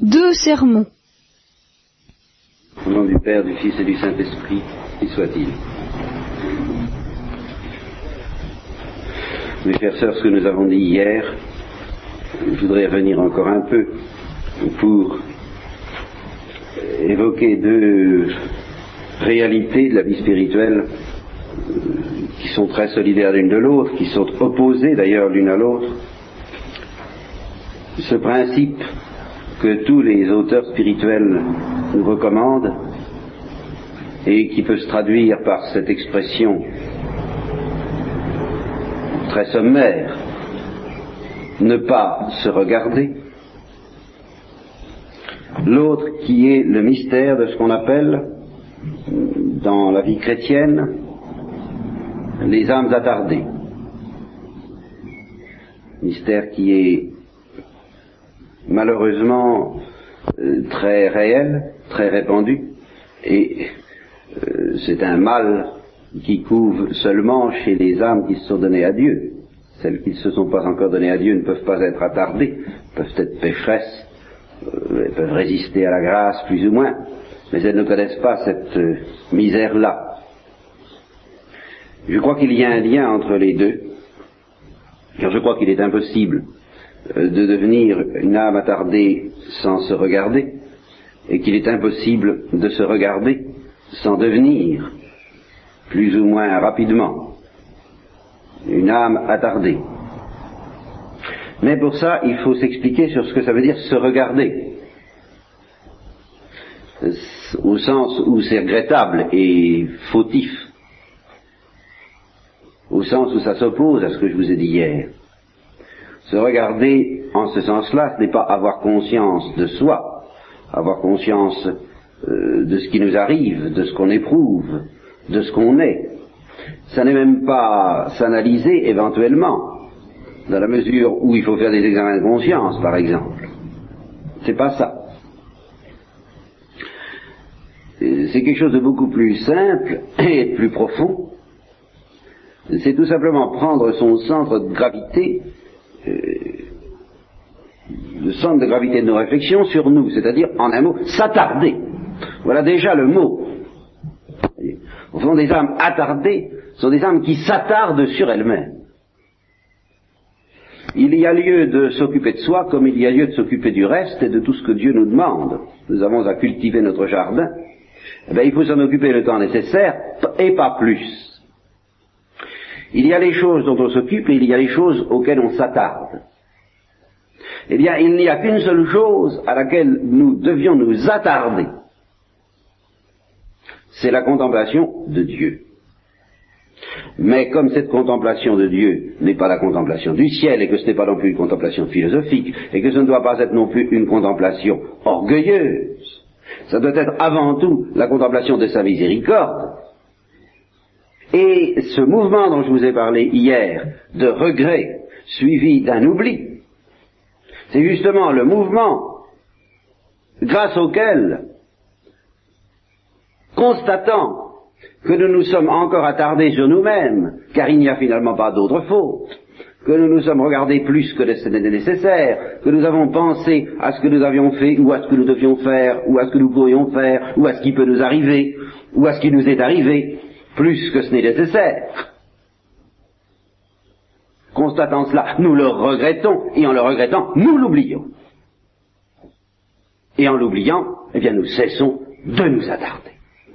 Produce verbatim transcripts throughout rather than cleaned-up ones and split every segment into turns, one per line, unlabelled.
deux sermons.
Au nom du Père, du Fils et du Saint-Esprit, qui soit-il. Mes chères sœurs, ce que nous avons dit hier, je voudrais revenir encore un peu pour évoquer deux réalités de la vie spirituelle qui sont très solidaires l'une de l'autre, qui sont opposées d'ailleurs l'une à l'autre. Ce principe que tous les auteurs spirituels nous recommandent et qui peut se traduire par cette expression très sommaire, ne pas se regarder. L'autre qui est le mystère de ce qu'on appelle dans la vie chrétienne les âmes attardées. Mystère qui est malheureusement euh, très réel, très répandu, et euh, c'est un mal qui couve seulement chez les âmes qui se sont données à Dieu. Celles qui ne se sont pas encore données à Dieu ne peuvent pas être attardées, peuvent être pécheresses, euh, elles peuvent résister à la grâce plus ou moins, mais elles ne connaissent pas cette euh, misère-là. Je crois qu'il y a un lien entre les deux, car je crois qu'il est impossible euh, de devenir une âme attardée sans se regarder, et qu'il est impossible de se regarder sans devenir plus ou moins rapidement une âme attardée. Mais pour ça, il faut s'expliquer sur ce que ça veut dire se regarder, au sens où c'est regrettable et fautif, au sens où ça s'oppose à ce que je vous ai dit hier. Se regarder, en ce sens-là, ce n'est pas avoir conscience de soi, avoir conscience euh, de ce qui nous arrive, de ce qu'on éprouve, de ce qu'on est. Ça n'est même pas s'analyser éventuellement, dans la mesure où il faut faire des examens de conscience, par exemple. C'est pas ça. C'est quelque chose de beaucoup plus simple et de plus profond. C'est tout simplement prendre son centre de gravité, euh, le centre de gravité de nos réflexions sur nous, c'est-à-dire, en un mot, s'attarder. Voilà déjà le mot. Au fond, des âmes attardées sont des âmes qui s'attardent sur elles-mêmes. Il y a lieu de s'occuper de soi comme il y a lieu de s'occuper du reste et de tout ce que Dieu nous demande. Nous avons à cultiver notre jardin. Eh bien, il faut s'en occuper le temps nécessaire et pas plus. Il y a les choses dont on s'occupe et il y a les choses auxquelles on s'attarde. Eh bien, il n'y a qu'une seule chose à laquelle nous devions nous attarder. C'est la contemplation de Dieu. Mais comme cette contemplation de Dieu n'est pas la contemplation du ciel, et que ce n'est pas non plus une contemplation philosophique, et que ce ne doit pas être non plus une contemplation orgueilleuse, ça doit être avant tout la contemplation de sa miséricorde. Et ce mouvement dont je vous ai parlé hier, de regret suivi d'un oubli, c'est justement le mouvement grâce auquel, constatant que nous nous sommes encore attardés sur nous-mêmes, car il n'y a finalement pas d'autre faute, que nous nous sommes regardés plus que ce n'était nécessaire, que nous avons pensé à ce que nous avions fait, ou à ce que nous devions faire, ou à ce que nous pourrions faire, ou à ce qui peut nous arriver, ou à ce qui nous est arrivé, plus que ce n'est nécessaire. Constatant cela, nous le regrettons, et en le regrettant, nous l'oublions. Et en l'oubliant, eh bien nous cessons de nous attarder.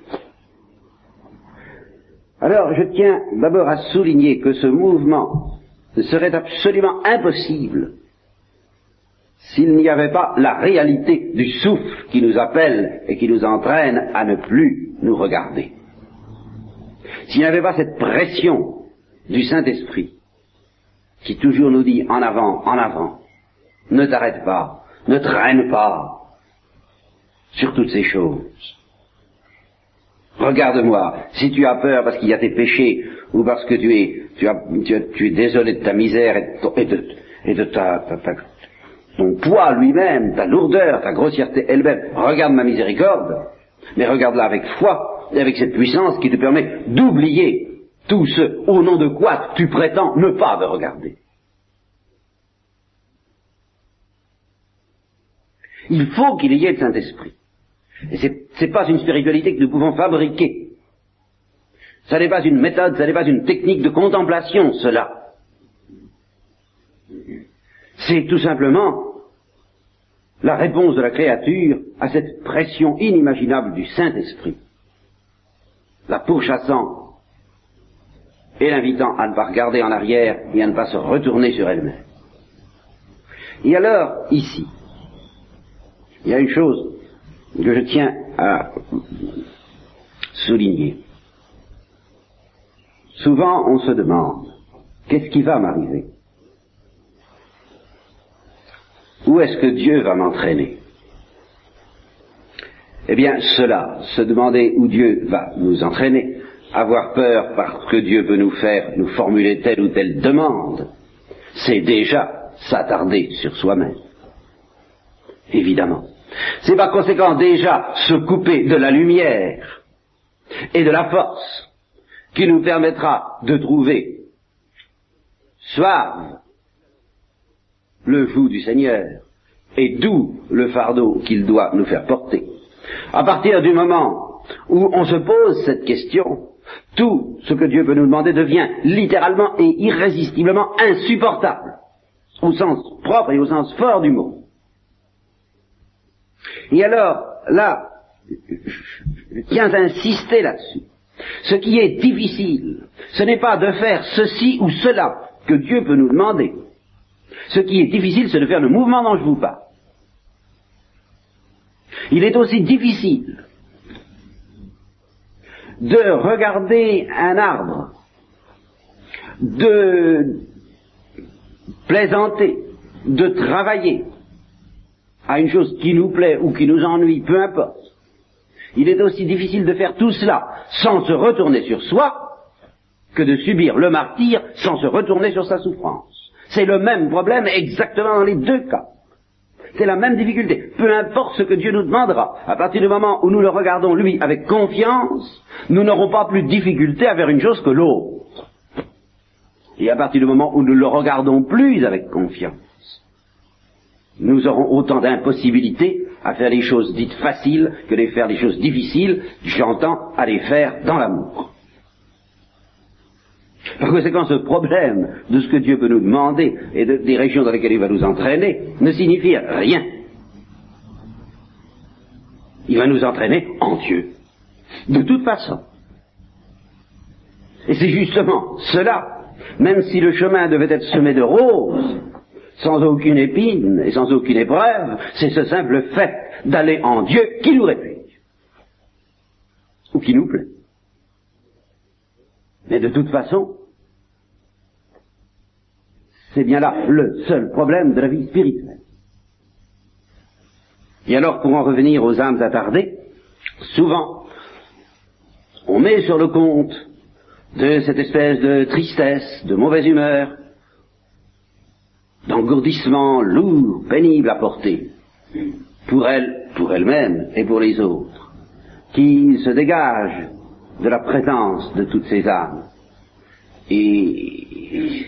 Alors, je tiens d'abord à souligner que ce mouvement serait absolument impossible s'il n'y avait pas la réalité du souffle qui nous appelle et qui nous entraîne à ne plus nous regarder. S'il n'y avait pas cette pression du Saint-Esprit qui toujours nous dit en avant, en avant, ne t'arrête pas, ne traîne pas sur toutes ces choses. Regarde-moi, si tu as peur parce qu'il y a tes péchés, ou parce que tu es, tu as, tu, as, tu es désolé de ta misère et de, et de, et de ta, ta, ta, ton poids lui-même, ta lourdeur, ta grossièreté elle-même, regarde ma miséricorde, mais regarde-la avec foi et avec cette puissance qui te permet d'oublier tout ce au nom de quoi tu prétends ne pas me regarder. Il faut qu'il y ait le Saint-Esprit. Et c'est, c'est pas une spiritualité que nous pouvons fabriquer. Ça n'est pas une méthode, ça n'est pas une technique de contemplation, cela. C'est tout simplement la réponse de la créature à cette pression inimaginable du Saint-Esprit, la pourchassant et l'invitant à ne pas regarder en arrière et à ne pas se retourner sur elle-même. Et alors, ici, il y a une chose que je tiens à souligner. Souvent, on se demande, qu'est-ce qui va m'arriver? Où est-ce que Dieu va m'entraîner? Eh bien, cela, se demander où Dieu va nous entraîner, avoir peur parce que Dieu peut nous faire, nous formuler telle ou telle demande, c'est déjà s'attarder sur soi-même. Évidemment. C'est par conséquent déjà se couper de la lumière et de la force qui nous permettra de trouver suave le joug du Seigneur et doux le fardeau qu'il doit nous faire porter. À partir du moment où on se pose cette question, tout ce que Dieu peut nous demander devient littéralement et irrésistiblement insupportable, au sens propre et au sens fort du mot. Et alors, là, je tiens à insister là-dessus. Ce qui est difficile, ce n'est pas de faire ceci ou cela que Dieu peut nous demander. Ce qui est difficile, c'est de faire le mouvement dont je vous parle. Il est aussi difficile de regarder un arbre, de plaisanter, de travailler à une chose qui nous plaît ou qui nous ennuie, peu importe. Il est aussi difficile de faire tout cela sans se retourner sur soi que de subir le martyre sans se retourner sur sa souffrance. C'est le même problème exactement dans les deux cas. C'est la même difficulté. Peu importe ce que Dieu nous demandera, à partir du moment où nous le regardons lui avec confiance, nous n'aurons pas plus de difficulté à faire une chose que l'autre. Et à partir du moment où nous ne le regardons plus avec confiance, nous aurons autant d'impossibilités à faire les choses dites faciles que de faire les choses difficiles, j'entends, à les faire dans l'amour. Par conséquent, ce problème de ce que Dieu peut nous demander et de, des régions dans lesquelles il va nous entraîner ne signifie rien. Il va nous entraîner en Dieu, de toute façon. Et c'est justement cela, même si le chemin devait être semé de roses, sans aucune épine et sans aucune épreuve, c'est ce simple fait d'aller en Dieu qui nous répugne, ou qui nous plaît. Mais de toute façon, c'est bien là le seul problème de la vie spirituelle. Et alors, pour en revenir aux âmes attardées, souvent, on met sur le compte de cette espèce de tristesse, de mauvaise humeur, d'engourdissement lourd, pénible à porter, pour elles, pour elles-mêmes et pour les autres, qui se dégagent de la présence de toutes ces âmes. Et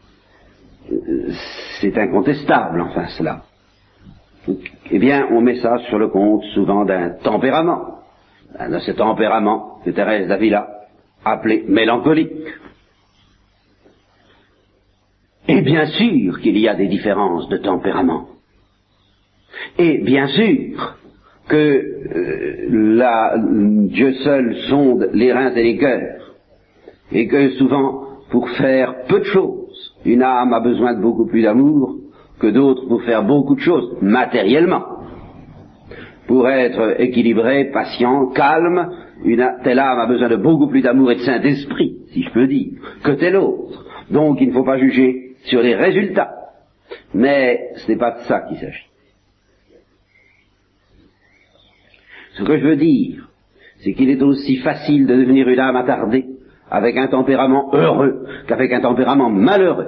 c'est incontestable, enfin, cela. Eh bien, on met ça sur le compte souvent d'un tempérament, de ce tempérament que Thérèse d'Avila appelait mélancolique. Et bien sûr qu'il y a des différences de tempérament. Et bien sûr que euh, la, Dieu seul sonde les reins et les cœurs, et que souvent, pour faire peu de choses, une âme a besoin de beaucoup plus d'amour que d'autres pour faire beaucoup de choses, matériellement. Pour être équilibré, patient, calme, une telle âme a besoin de beaucoup plus d'amour et de Saint-Esprit, si je peux dire, que telle autre. Donc il ne faut pas juger sur les résultats. Mais ce n'est pas de ça qu'il s'agit. Ce que je veux dire, c'est qu'il est aussi facile de devenir une âme attardée avec un tempérament heureux qu'avec un tempérament malheureux.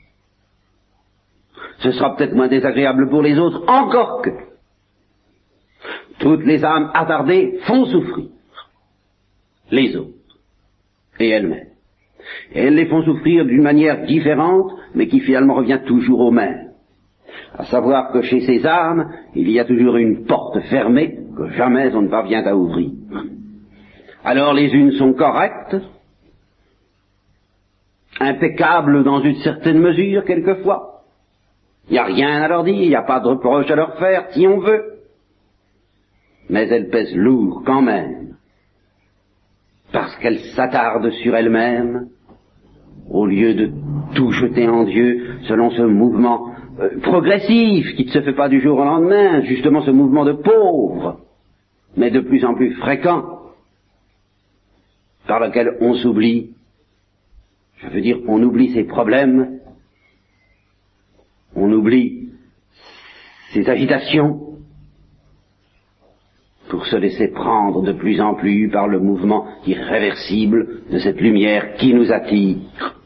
Ce sera peut-être moins désagréable pour les autres, encore que toutes les âmes attardées font souffrir les autres et elles-mêmes. Et elles les font souffrir d'une manière différente, mais qui finalement revient toujours au même. À savoir que chez ces âmes, il y a toujours une porte fermée que jamais on ne parvient à ouvrir. Alors les unes sont correctes, impeccables dans une certaine mesure quelquefois. Il n'y a rien à leur dire, il n'y a pas de reproche à leur faire, si on veut. Mais elles pèsent lourd quand même, parce qu'elles s'attardent sur elles-mêmes, au lieu de tout jeter en Dieu, selon ce mouvement euh, progressif, qui ne se fait pas du jour au lendemain, justement ce mouvement de pauvres, mais de plus en plus fréquent, par lequel on s'oublie. Je veux dire, on oublie ses problèmes, on oublie ses agitations, pour se laisser prendre de plus en plus par le mouvement irréversible de cette lumière qui nous attire.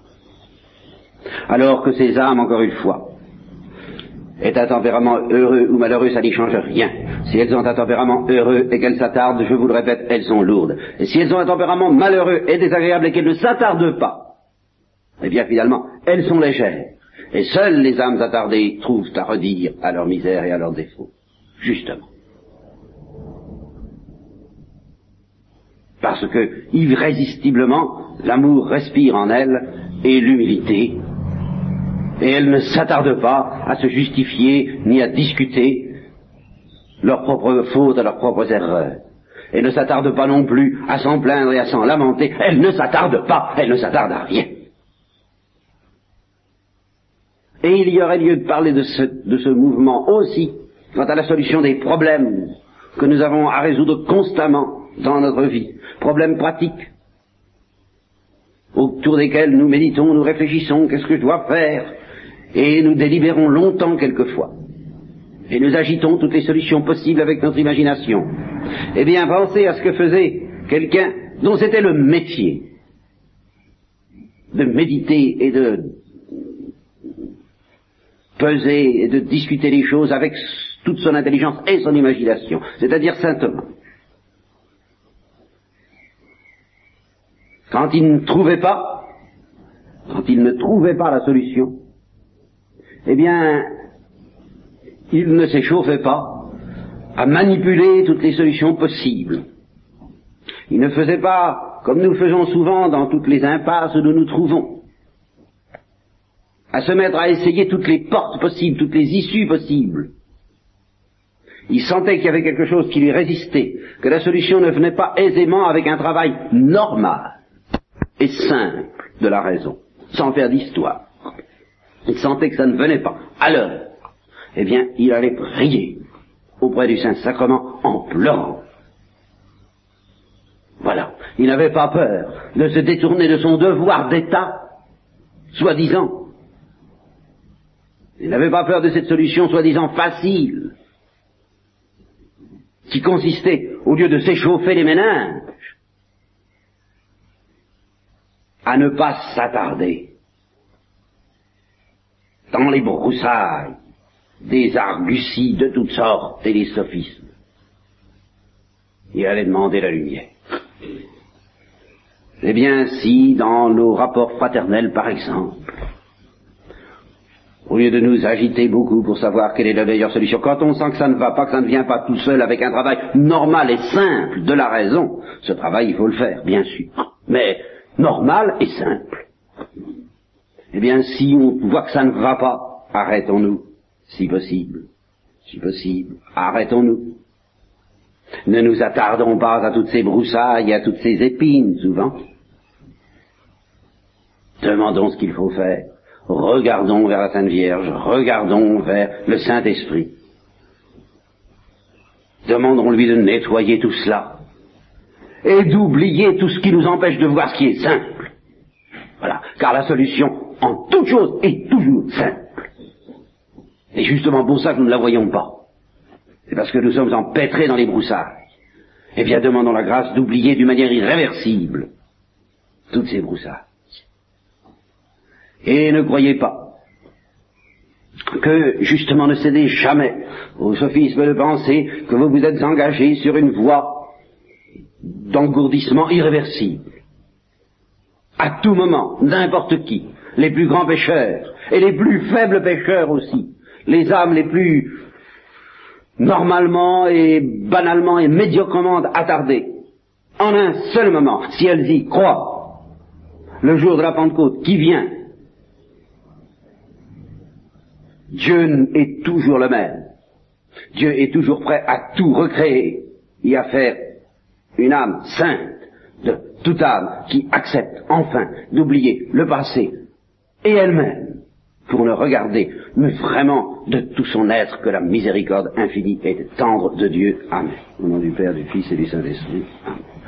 Alors que ces âmes, encore une fois, aient un tempérament heureux ou malheureux, ça n'y change rien. Si elles ont un tempérament heureux et qu'elles s'attardent, je vous le répète, elles sont lourdes. Et si elles ont un tempérament malheureux et désagréable et qu'elles ne s'attardent pas, eh bien finalement, elles sont légères. Et seules les âmes attardées trouvent à redire à leur misère et à leurs défauts. Justement. Parce que, irrésistiblement, l'amour respire en elles, et l'humilité, et elles ne s'attardent pas à se justifier, ni à discuter leurs propres fautes, leurs propres erreurs. Elles ne s'attardent pas non plus à s'en plaindre et à s'en lamenter, elles ne s'attardent pas, elles ne s'attardent à rien. Et il y aurait lieu de parler de ce, de ce mouvement aussi, quant à la solution des problèmes que nous avons à résoudre constamment dans notre vie, problèmes pratiques, autour desquels nous méditons, nous réfléchissons, qu'est-ce que je dois faire, et nous délibérons longtemps quelquefois, et nous agitons toutes les solutions possibles avec notre imagination. Eh bien, pensez à ce que faisait quelqu'un dont c'était le métier de méditer et de peser et de discuter les choses avec toute son intelligence et son imagination, c'est-à-dire saint Thomas. Quand il ne trouvait pas, quand il ne trouvait pas la solution, eh bien, il ne s'échauffait pas à manipuler toutes les solutions possibles. Il ne faisait pas, comme nous le faisons souvent dans toutes les impasses où nous nous trouvons, à se mettre à essayer toutes les portes possibles, toutes les issues possibles. Il sentait qu'il y avait quelque chose qui lui résistait, que la solution ne venait pas aisément avec un travail normal et simple de la raison, sans faire d'histoire. Il sentait que ça ne venait pas. Alors, eh bien, il allait prier auprès du Saint-Sacrement en pleurant. Voilà. Il n'avait pas peur de se détourner de son devoir d'État, soi-disant. Il n'avait pas peur de cette solution soi-disant facile, qui consistait, au lieu de s'échauffer les méninges, à ne pas s'attarder dans les broussailles des arguties de toutes sortes et des sophismes. Il allait demander la lumière. Eh bien, si dans nos rapports fraternels, par exemple, au lieu de nous agiter beaucoup pour savoir quelle est la meilleure solution, quand on sent que ça ne va pas, que ça ne vient pas tout seul avec un travail normal et simple de la raison, ce travail, il faut le faire, bien sûr, mais normal et simple. Eh bien, si on voit que ça ne va pas, arrêtons-nous, si possible, si possible, arrêtons-nous. Ne nous attardons pas à toutes ces broussailles et à toutes ces épines, souvent. Demandons ce qu'il faut faire. Regardons vers la Sainte Vierge, regardons vers le Saint-Esprit. Demandons-lui de nettoyer tout cela et d'oublier tout ce qui nous empêche de voir ce qui est simple. Voilà, car la solution en toute chose est toujours simple. Et justement pour ça que nous ne la voyons pas. C'est parce que nous sommes empêtrés dans les broussailles. Eh bien, demandons la grâce d'oublier d'une manière irréversible toutes ces broussailles. Et ne croyez pas que, justement, ne cédez jamais au sophisme de penser que vous vous êtes engagé sur une voie d'engourdissement irréversible. À tout moment, n'importe qui, les plus grands pécheurs, et les plus faibles pécheurs aussi, les âmes les plus normalement et banalement et médiocrement attardées, en un seul moment, si elles y croient, le jour de la Pentecôte qui vient, Dieu est toujours le même. Dieu est toujours prêt à tout recréer et à faire une âme sainte de toute âme qui accepte enfin d'oublier le passé et elle-même pour ne regarder, mais vraiment de tout son être, que la miséricorde infinie et tendre de Dieu. Amen. Au nom du Père, du Fils et du Saint-Esprit. Amen.